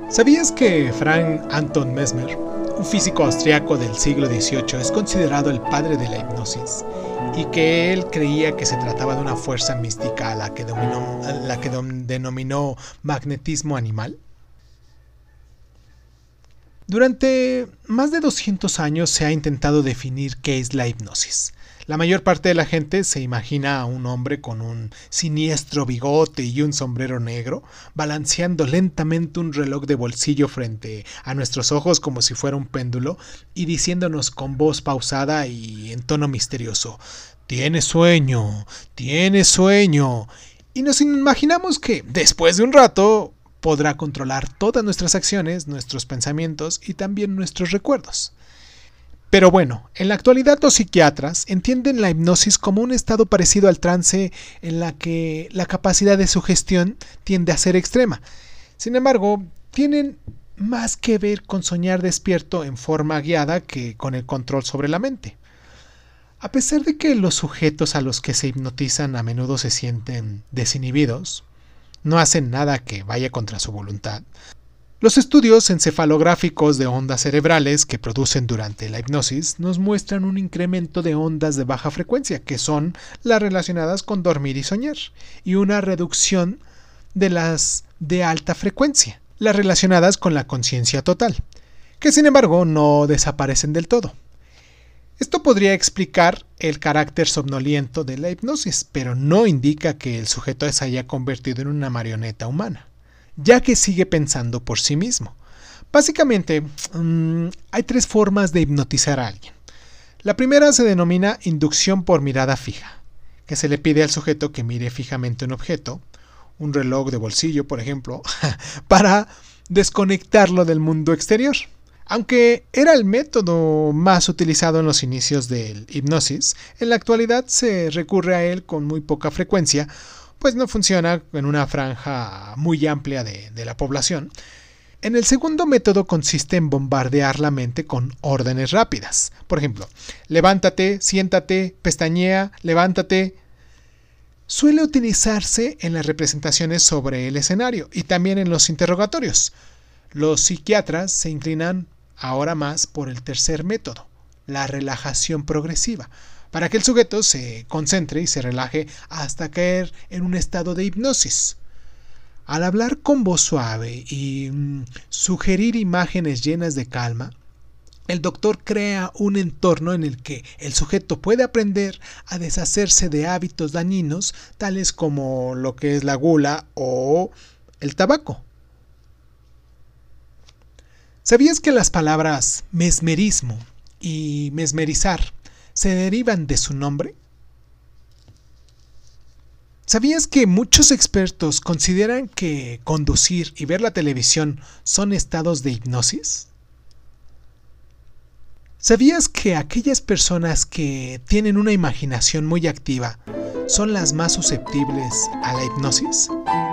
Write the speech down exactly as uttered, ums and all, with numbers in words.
¿Sabías que Frank Anton Mesmer, un físico austriaco del siglo dieciocho, es considerado el padre de la hipnosis y que él creía que se trataba de una fuerza mística a la que, dominó, a la que denominó magnetismo animal? Durante más de doscientos años se ha intentado definir qué es la hipnosis. La mayor parte de la gente se imagina a un hombre con un siniestro bigote y un sombrero negro, balanceando lentamente un reloj de bolsillo frente a nuestros ojos como si fuera un péndulo y diciéndonos con voz pausada y en tono misterioso: «Tienes sueño, tienes sueño». Y nos imaginamos que, después de un rato, podrá controlar todas nuestras acciones, nuestros pensamientos y también nuestros recuerdos. Pero bueno, en la actualidad los psiquiatras entienden la hipnosis como un estado parecido al trance en la que la capacidad de sugestión tiende a ser extrema. Sin embargo, tienen más que ver con soñar despierto en forma guiada que con el control sobre la mente. A pesar de que los sujetos a los que se hipnotizan a menudo se sienten desinhibidos, no hacen nada que vaya contra su voluntad, los estudios encefalográficos de ondas cerebrales que producen durante la hipnosis nos muestran un incremento de ondas de baja frecuencia, que son las relacionadas con dormir y soñar, y una reducción de las de alta frecuencia, las relacionadas con la conciencia total, que sin embargo no desaparecen del todo. Esto podría explicar el carácter somnoliento de la hipnosis, pero no indica que el sujeto se haya convertido en una marioneta humana, ya que sigue pensando por sí mismo. Básicamente, mmm, hay tres formas de hipnotizar a alguien. La primera se denomina inducción por mirada fija, que se le pide al sujeto que mire fijamente un objeto, un reloj de bolsillo, por ejemplo, para desconectarlo del mundo exterior. Aunque era el método más utilizado en los inicios del hipnosis, en la actualidad se recurre a él con muy poca frecuencia, pues no funciona en una franja muy amplia de, de la población. En el segundo método consiste en bombardear la mente con órdenes rápidas. Por ejemplo, levántate, siéntate, pestañea, levántate. Suele utilizarse en las representaciones sobre el escenario y también en los interrogatorios. Los psiquiatras se inclinan ahora más por el tercer método, la relajación progresiva, para que el sujeto se concentre y se relaje hasta caer en un estado de hipnosis. Al hablar con voz suave y mm, sugerir imágenes llenas de calma, el doctor crea un entorno en el que el sujeto puede aprender a deshacerse de hábitos dañinos, tales como lo que es la gula o el tabaco. ¿Sabías que las palabras mesmerismo y mesmerizar se derivan de su nombre? ¿Sabías que muchos expertos consideran que conducir y ver la televisión son estados de hipnosis? ¿Sabías que aquellas personas que tienen una imaginación muy activa son las más susceptibles a la hipnosis?